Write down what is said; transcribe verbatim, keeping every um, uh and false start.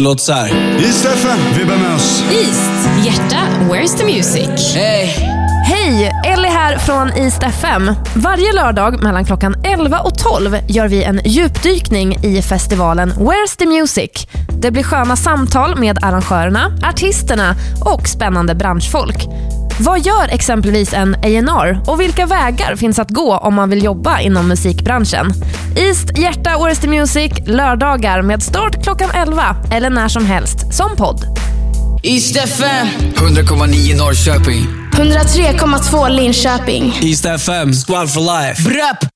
Låt så här. East F M, vi med oss. East, hjärta, where's the music? Hey. Hej, Ellie här från East F M. Varje lördag mellan klockan elva och tolv gör vi en djupdykning i festivalen Where's the Music. Det blir sköna samtal med arrangörerna, artisterna och spännande branschfolk. Vad gör exempelvis en A and R och vilka vägar finns att gå om man vill jobba inom musikbranschen? East, hjärta, Where's the Music, lördagar med start klockan elva eller när som helst som podd. East F M hundra komma nio Norrköping, hundra tre komma två Linköping. East F M, Squad for Life. Brapp!